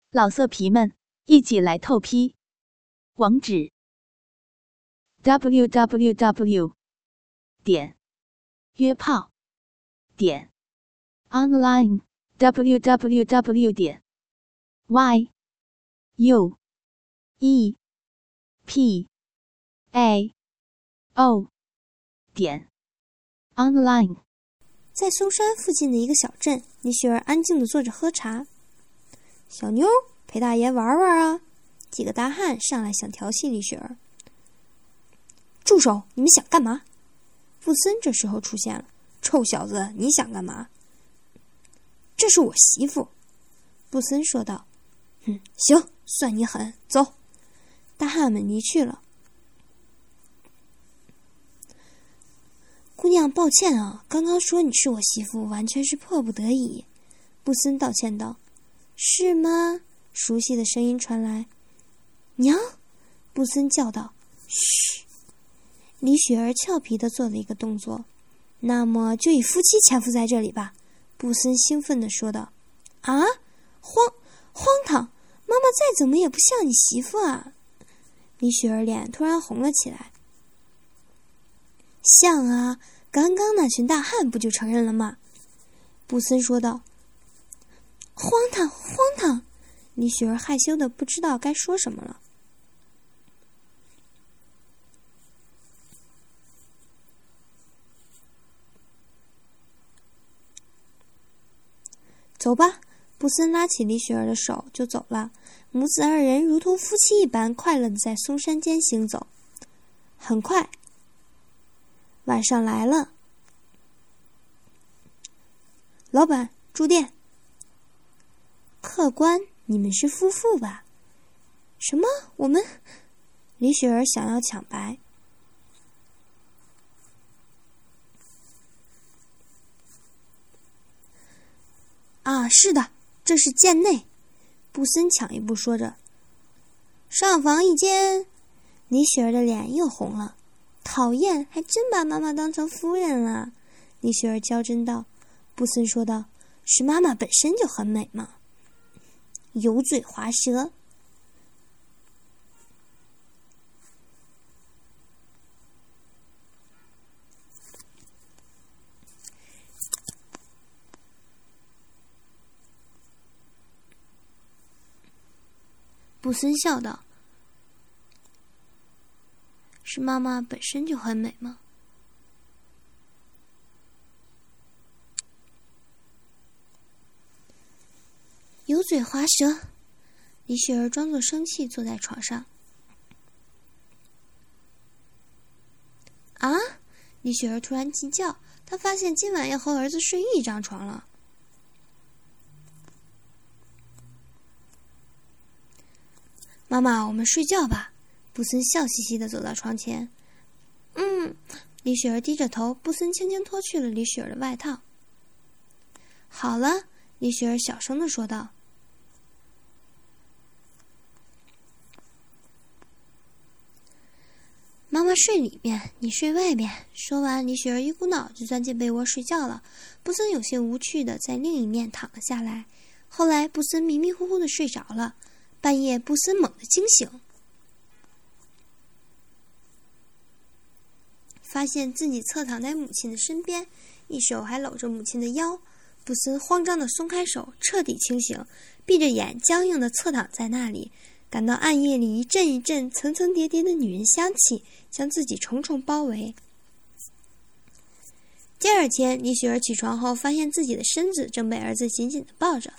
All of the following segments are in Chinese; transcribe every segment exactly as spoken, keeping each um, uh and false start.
老色皮们，一起来透批！网址 ：double u double u double u 点约炮点 online double u double u double u 点 y u e p a o 点 online。 在松山附近的一个小镇，李雪儿安静地坐着喝茶。小妞，陪大爷玩玩啊！几个大汉上来想调戏李雪儿。住手！你们想干嘛？布森这时候出现了。臭小子，你想干嘛？这是我媳妇，布森说道。哼，行，算你狠，走。大汉们离去了。姑娘，抱歉啊，刚刚说你是我媳妇，完全是迫不得已。布森道歉道。是吗？熟悉的声音传来。娘，布森叫道。嘘。李雪儿俏皮地做了一个动作。那么就以夫妻潜伏在这里吧，布森兴奋地说道。啊，荒荒唐！妈妈再怎么也不像你媳妇啊！李雪儿脸突然红了起来。像啊，刚刚那群大汉不就承认了吗？布森说道。荒唐，荒唐！李雪儿害羞的不知道该说什么了。走吧，布森拉起李雪儿的手就走了。母子二人如同夫妻一般快乐地在松山间行走。很快，晚上来了。老板，住店。客官，你们是夫妇吧？什么？我们……李雪儿想要抢白。啊，是的，这是贱内。布森抢一步说着。上房一间。李雪儿的脸又红了。讨厌，还真把妈妈当成夫人了。李雪儿娇嗔道。布森说道。是妈妈本身就很美嘛。油嘴滑舌。布森笑道。是妈妈本身就很美吗？油嘴滑舌。李雪儿装作生气坐在床上。啊！李雪儿突然急叫，她发现今晚要和儿子睡一张床了。妈妈，我们睡觉吧。布森笑嘻嘻地走到床前。嗯，李雪儿低着头，布森轻轻脱去了李雪儿的外套。好了，李雪儿小声地说道。妈妈睡里面，你睡外面。说完，李雪儿一股脑就钻进被窝睡觉了。布森有些无趣地在另一面躺了下来。后来，布森迷迷糊糊地睡着了。半夜，布森猛地惊醒，发现自己侧躺在母亲的身边，一手还搂着母亲的腰。布森慌张地松开手，彻底清醒，闭着眼僵硬地侧躺在那里，感到暗夜里一阵一阵层层叠叠的女人香气将自己重重包围。第二天，李雪儿起床后发现自己的身子正被儿子紧紧地抱着。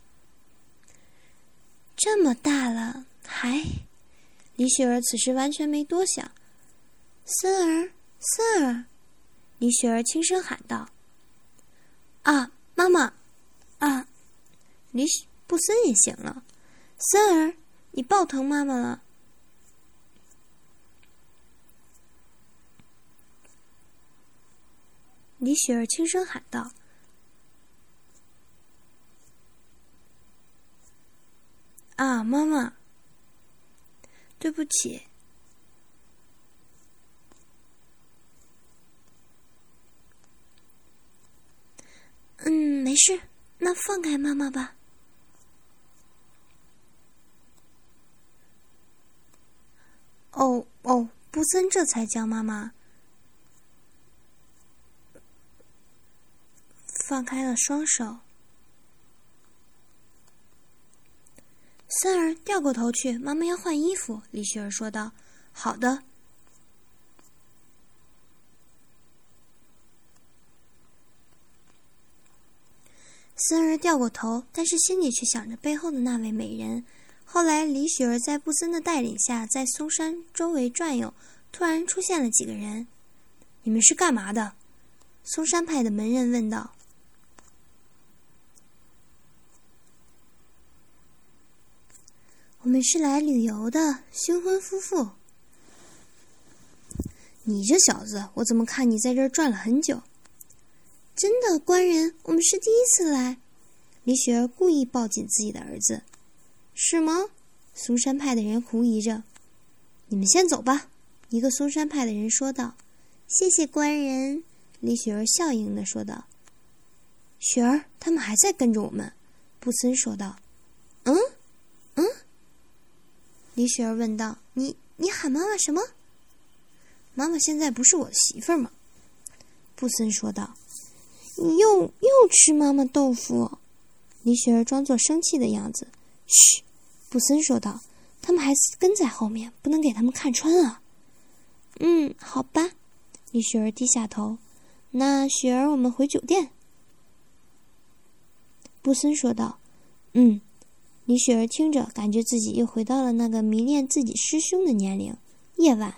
这么大了还……李雪儿此时完全没多想。森儿，森儿，李雪儿轻声喊道。啊，妈妈！啊！李布森也醒了。森儿，你抱疼妈妈了。李雪儿轻声喊道。啊，妈妈，对不起。嗯，没事，那放开妈妈吧。 布森这才将妈妈放开了双手。森儿，掉过头去，妈妈要换衣服。李雪儿说道。好的。森儿掉过头，但是心里却想着背后的那位美人。后来李雪儿在布森的带领下在松山周围转悠，突然出现了几个人。你们是干嘛的？松山派的门人问道。我们是来旅游的，新婚夫妇。你这小子，我怎么看你在这儿转了很久？真的，官人，我们是第一次来。李雪儿故意抱紧自己的儿子。是吗？松山派的人狐疑着。你们先走吧，一个松山派的人说道。谢谢官人，李雪儿笑盈地说道。雪儿，他们还在跟着我们，布森说道。嗯？嗯？李雪儿问道。你你喊妈妈什么？妈妈现在不是我的媳妇儿吗？布森说道。你又又吃妈妈豆腐？李雪儿装作生气的样子。嘘，布森说道。他们还跟在后面，不能给他们看穿啊。嗯，好吧。李雪儿低下头。那雪儿，我们回酒店。布森说道。嗯。李雪儿听着，感觉自己又回到了那个迷恋自己师兄的年龄。夜晚。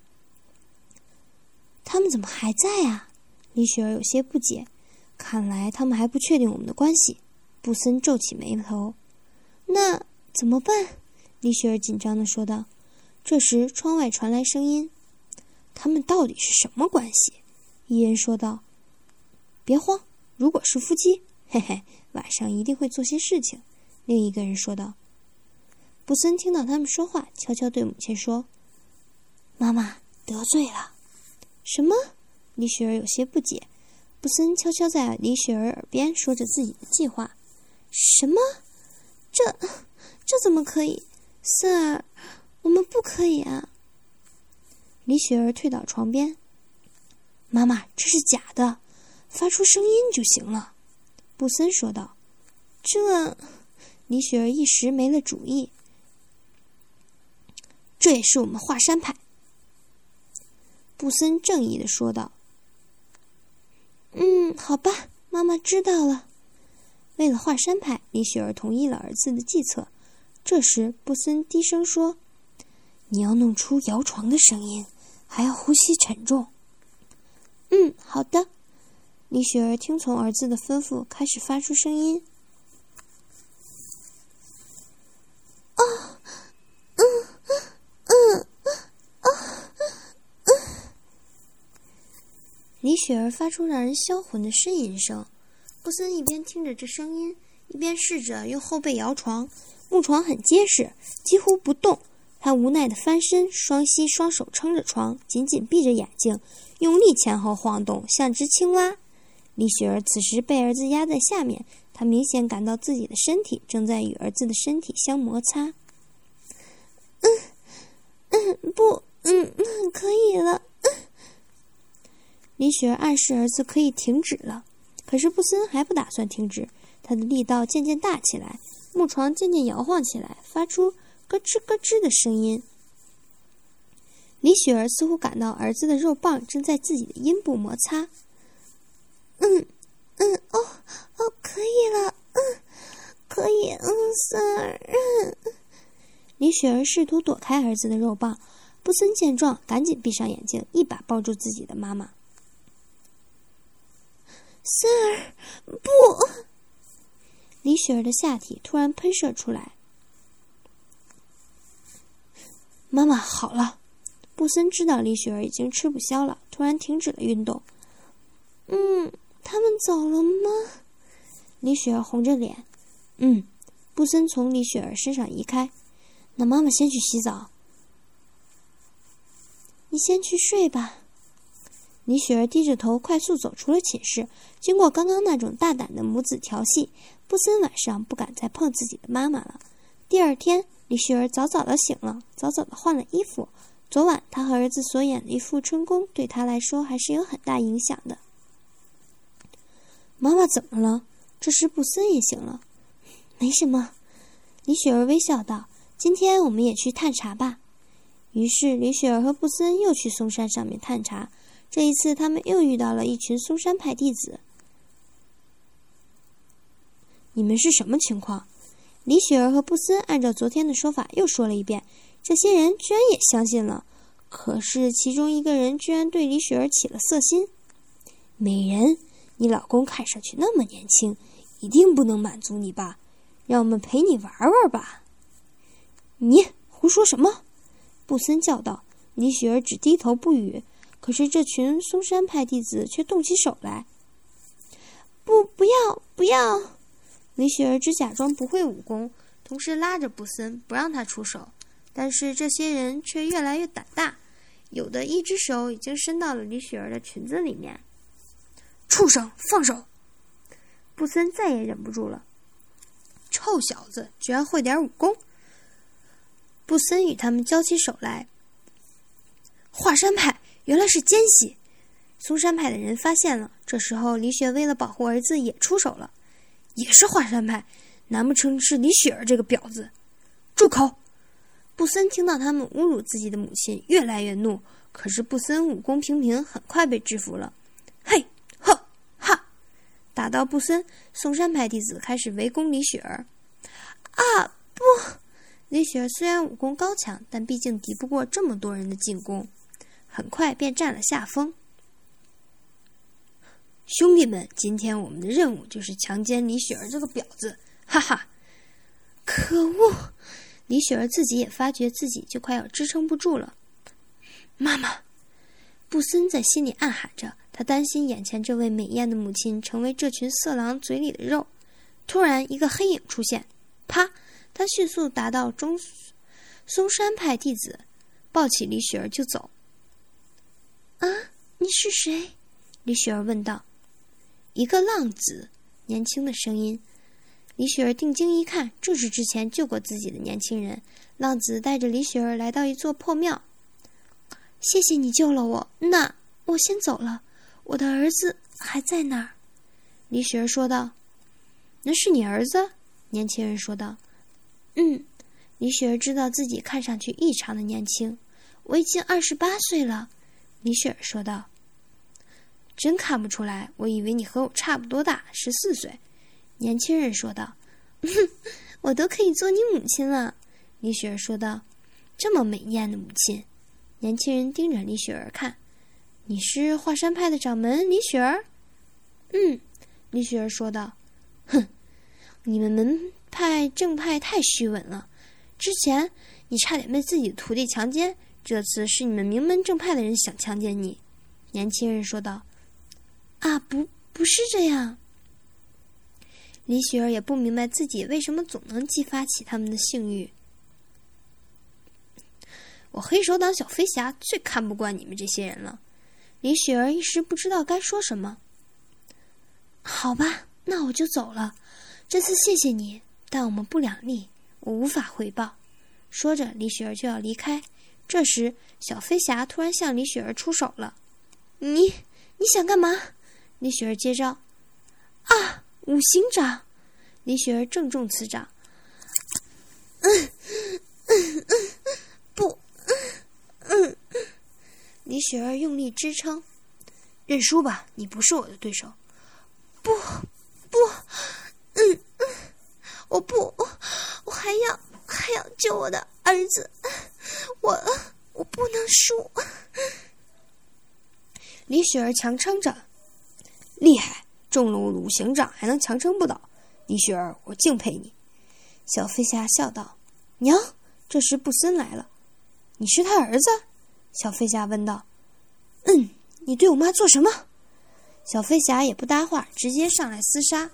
他们怎么还在啊？李雪儿有些不解。看来他们还不确定我们的关系。布森皱起眉头。那怎么办？李雪儿紧张地说道。这时窗外传来声音。他们到底是什么关系？一人说道。别慌，如果是夫妻，嘿嘿，晚上一定会做些事情。另一个人说道。布森听到他们说话，悄悄对母亲说。妈妈得罪了。什么？李雪儿有些不解。布森悄悄在李雪儿耳边说着自己的计划。什么？这这怎么可以？瑟儿，我们不可以啊！李雪儿退到床边。妈妈，这是假的，发出声音就行了。布森说道。这……李雪儿一时没了主意。这也是我们华山派。布森正义地说道。嗯，好吧，妈妈知道了。为了华山派，李雪儿同意了儿子的计策。这时布森低声说。你要弄出摇床的声音，还要呼吸沉重。嗯，好的。李雪儿听从儿子的吩咐，开始发出声音。啊，嗯嗯啊嗯。李雪儿发出让人销魂的呻吟声。布森一边听着这声音，一边试着用后背摇床。木床很结实，几乎不动。他无奈地翻身，双膝双手撑着床，紧紧闭着眼睛，用力前后晃动，像只青蛙。李雪儿此时被儿子压在下面，她明显感到自己的身体正在与儿子的身体相摩擦。嗯嗯，不，嗯嗯，可以了。嗯。李雪儿暗示儿子可以停止了，可是布森还不打算停止，他的力道渐渐大起来，木床渐渐摇晃起来，发出咯吱咯吱的声音。李雪儿似乎感到儿子的肉棒正在自己的阴部摩擦。嗯嗯哦哦，可以了，嗯，可以，嗯，森儿，嗯。李雪儿试图躲开儿子的肉棒，布森见状，赶紧闭上眼睛，一把抱住自己的妈妈。森儿，不！李雪儿的下体突然喷射出来。妈妈，好了。布森知道李雪儿已经吃不消了，突然停止了运动。嗯，他们走了吗？李雪儿红着脸。嗯。布森从李雪儿身上移开。那妈妈先去洗澡。你先去睡吧。李雪儿低着头快速走出了寝室。经过刚刚那种大胆的母子调戏，布森晚上不敢再碰自己的妈妈了。第二天，李雪儿早早的醒了，早早的换了衣服， 昨晚他和儿子所演的一副春宫，对他来说还是有很大影响的。妈妈怎么了？这时布森也醒了。没什么，李雪儿微笑道，今天我们也去探查吧。于是李雪儿和布森又去松山上面探查，这一次他们又遇到了一群松山派弟子。你们是什么情况？李雪儿和布森按照昨天的说法又说了一遍，这些人居然也相信了。可是其中一个人居然对李雪儿起了色心。美人，你老公看上去那么年轻，一定不能满足你吧？让我们陪你玩玩吧。你胡说什么？布森叫道。李雪儿只低头不语，可是这群松山派弟子却动起手来。不，不要，不要！李雪儿只假装不会武功，同时拉着布森不让他出手。但是这些人却越来越胆大，有的一只手已经伸到了李雪儿的裙子里面。畜生，放手！布森再也忍不住了。臭小子，居然会点武功！布森与他们交起手来。华山派原来是奸细，松山派的人发现了。这时候李雪为了保护儿子也出手了。也是华山派，难不成是李雪儿这个婊子？住口！布森听到他们侮辱自己的母亲，越来越怒。可是布森武功平平，很快被制服了。嘿，呵，哈！打到布森，松山派弟子开始围攻李雪儿。啊，不！李雪儿虽然武功高强，但毕竟敌不过这么多人的进攻，很快便占了下风。兄弟们，今天我们的任务就是强奸李雪儿这个婊子，哈哈！可恶！李雪儿自己也发觉自己就快要支撑不住了。妈妈！布森在心里暗喊着，他担心眼前这位美艳的母亲成为这群色狼嘴里的肉。突然一个黑影出现，啪！他迅速达到中松山派弟子，抱起李雪儿就走。啊，你是谁？李雪儿问道。一个浪子，年轻的声音。李雪儿定睛一看，正是之前救过自己的年轻人。浪子带着李雪儿来到一座破庙。谢谢你救了我，那我先走了，我的儿子还在那儿。李雪儿说道。那是你儿子？年轻人说道。嗯，李雪儿知道自己看上去异常的年轻。我已经二十八岁了，李雪儿说道。真看不出来，我以为你和我差不多大，十四岁。年轻人说道。我都可以做你母亲了，李雪儿说道。这么美艳的母亲。年轻人盯着李雪儿看。你是华山派的掌门李雪儿？嗯，李雪儿说道。哼，你们门派正派太虚伪了，之前你差点被自己的徒弟强奸，这次是你们名门正派的人想强奸你。年轻人说道。啊，不，不是这样。李雪儿也不明白自己为什么总能激发起他们的性欲。我黑手党小飞侠最看不惯你们这些人了。李雪儿一时不知道该说什么。好吧，那我就走了。这次谢谢你，但我们不两立，我无法回报。说着，李雪儿就要离开。这时，小飞侠突然向李雪儿出手了。你，你想干嘛？李雪儿接招。啊！五行掌！李雪儿正中此掌。嗯嗯嗯，不，嗯嗯。李雪儿用力支撑。认输吧，你不是我的对手。不，不，嗯嗯，我不，我我还要还要救我的儿子，我我不能输。李雪儿强撑着。厉害，中了我的五行掌还能强撑不倒。李雪儿，我敬佩你。小飞侠笑道。娘！这时布森来了。你是他儿子？小飞侠问道。嗯，你对我妈做什么？小飞侠也不搭话，直接上来厮杀。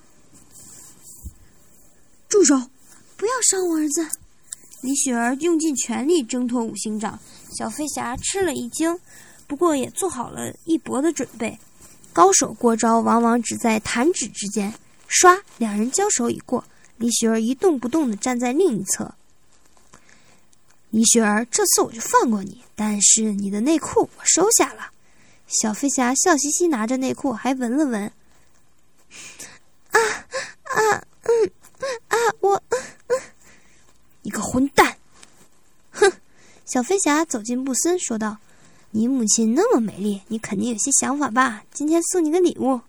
住手！不要伤我儿子！李雪儿用尽全力挣脱五行掌，小飞侠吃了一惊，不过也做好了一搏的准备。高手过招往往只在弹指之间，唰，两人交手已过，李雪儿一动不动地站在另一侧。 李雪儿，这次我就放过你，但是你的内裤我收下了。小飞侠笑嘻嘻拿着内裤，还闻了闻。啊啊嗯啊我嗯嗯，你个混蛋！哼！小飞侠走进布森，说道：“你母亲那么美丽，你肯定有些想法吧？今天送你个礼物。”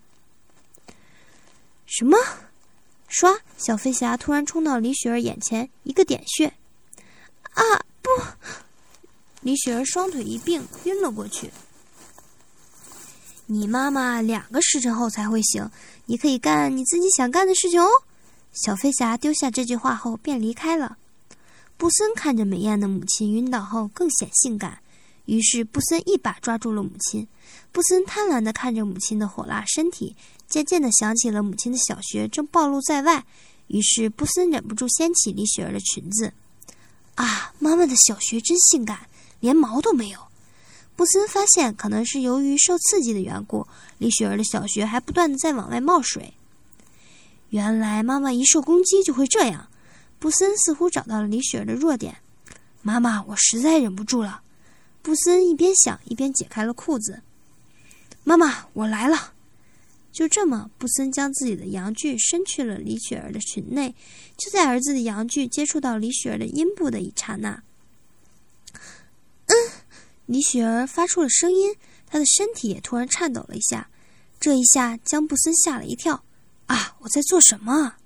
什么？唰！小飞侠突然冲到李雪儿眼前，一个点穴。啊不！李雪儿双腿一并，晕了过去。你妈妈两个时辰后才会醒，你可以干你自己想干的事情哦。小飞侠丢下这句话后便离开了。布森看着美艳的母亲晕倒后更显性感，于是布森一把抓住了母亲。布森贪婪地看着母亲的火辣身体，渐渐地想起了母亲的小穴正暴露在外，于是布森忍不住掀起李雪儿的裙子。啊，妈妈的小穴真性感，连毛都没有。布森发现可能是由于受刺激的缘故，李雪儿的小穴还不断地在往外冒水。原来妈妈一受攻击就会这样。布森似乎找到了李雪儿的弱点。妈妈，我实在忍不住了。布森一边想一边解开了裤子。妈妈，我来了。就这么，布森将自己的阳具伸去了李雪儿的裙内。就在儿子的阳具接触到李雪儿的阴部的一刹那，嗯，李雪儿发出了声音，她的身体也突然颤抖了一下。这一下将布森吓了一跳。啊，我在做什么啊？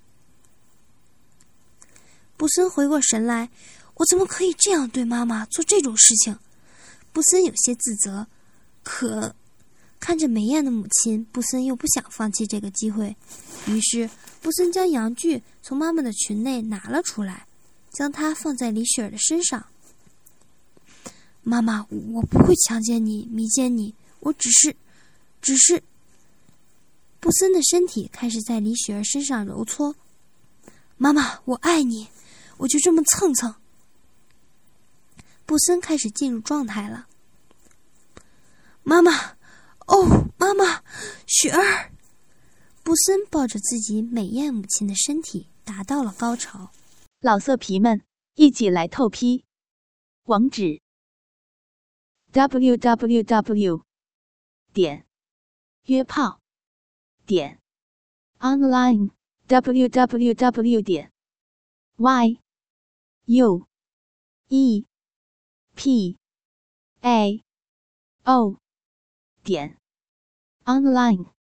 布森回过神来，我怎么可以这样对妈妈做这种事情？布森有些自责，可看着美艳的母亲，布森又不想放弃这个机会。于是布森将阳具从妈妈的裙内拿了出来，将它放在李雪儿的身上。妈妈，我不会强奸你、迷奸你，我只是只是布森的身体开始在李雪儿身上揉搓。妈妈，我爱你，我就这么蹭蹭。布森开始进入状态了。妈妈，哦，妈妈，雪儿！布森抱着自己美艳母亲的身体达到了高潮。 老色皮们，一起来透批！网址 ：double-u double-u double-u 点约炮点 online double-u double-u double-u 点 y u e p a o 点 online。